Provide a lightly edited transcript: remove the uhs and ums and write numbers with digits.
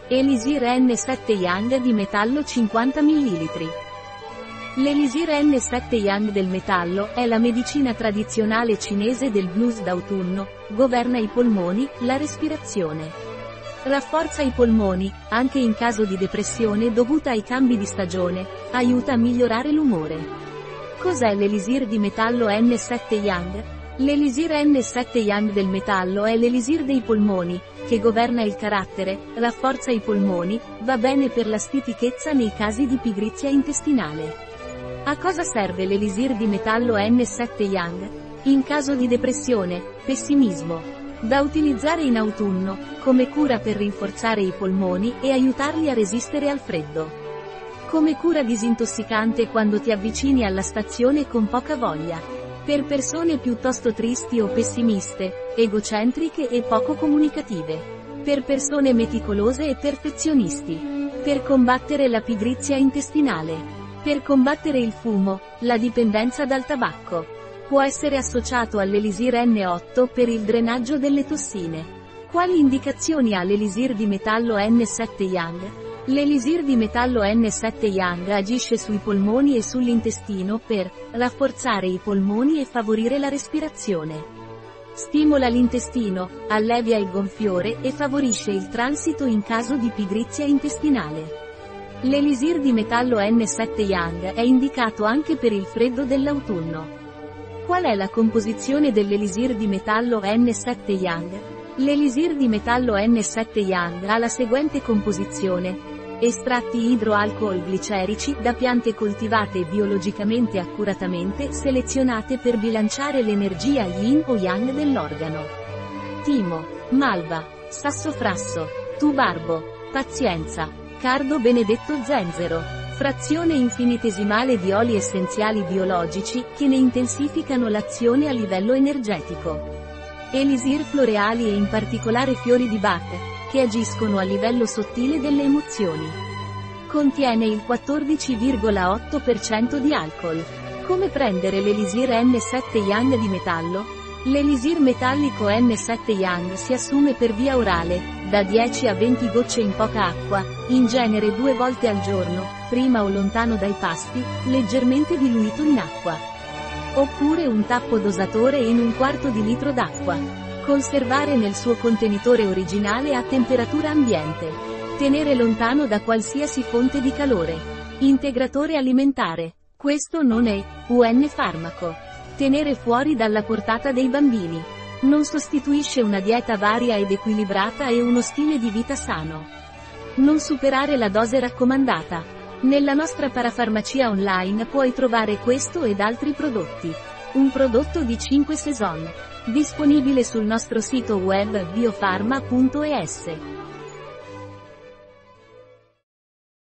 Elisir N7 Yang di metallo 50 ml. L'Elisir N7 Yang del metallo è la medicina tradizionale cinese del blues d'autunno, governa i polmoni, la respirazione. Rafforza i polmoni, anche in caso di depressione dovuta ai cambi di stagione, aiuta a migliorare l'umore. Cos'è l'Elisir di metallo N7 Yang? L'Elisir N7 Yang del metallo è l'elisir dei polmoni, che governa il carattere, rafforza i polmoni, va bene per la stitichezza nei casi di pigrizia intestinale. A cosa serve l'elisir di metallo N7 Yang? In caso di depressione, pessimismo. Da utilizzare in autunno, come cura per rinforzare i polmoni e aiutarli a resistere al freddo. Come cura disintossicante quando ti avvicini alla stazione con poca voglia. Per persone piuttosto tristi o pessimiste, egocentriche e poco comunicative. Per persone meticolose e perfezionisti. Per combattere la pigrizia intestinale. Per combattere il fumo, la dipendenza dal tabacco. Può essere associato all'elisir N8 per il drenaggio delle tossine. Quali indicazioni ha l'elisir di metallo N7 Yang? L'elisir di metallo N7 Yang agisce sui polmoni e sull'intestino per rafforzare i polmoni e favorire la respirazione. Stimola l'intestino, allevia il gonfiore e favorisce il transito in caso di pigrizia intestinale. L'elisir di metallo N7 Yang è indicato anche per il freddo dell'autunno. Qual è la composizione dell'elisir di metallo N7 Yang? L'elisir di metallo N7 Yang ha la seguente composizione. Estratti idroalcol-glicerici da piante coltivate biologicamente accuratamente selezionate per bilanciare l'energia yin o yang dell'organo. Timo, malva, sassafrasso, tubarbo, pazienza, cardo benedetto zenzero, frazione infinitesimale di oli essenziali biologici che ne intensificano l'azione a livello energetico. Elisir floreali e in particolare fiori di Bach, che agiscono a livello sottile delle emozioni. Contiene il 14,8% di alcol. Come prendere l'elisir N7 Yang di metallo? L'elisir metallico N7 Yang si assume per via orale, da 10 a 20 gocce in poca acqua, in genere 2 volte al giorno, prima o lontano dai pasti, leggermente diluito in acqua. Oppure un tappo dosatore in 1/4 di litro d'acqua. Conservare nel suo contenitore originale a temperatura ambiente. Tenere lontano da qualsiasi fonte di calore. Integratore alimentare. Questo non è un farmaco. Tenere fuori dalla portata dei bambini. Non sostituisce una dieta varia ed equilibrata e uno stile di vita sano. Non superare la dose raccomandata. Nella nostra parafarmacia online puoi trovare questo ed altri prodotti. Un prodotto di 5 Saison. Disponibile sul nostro sito web biofarma.es.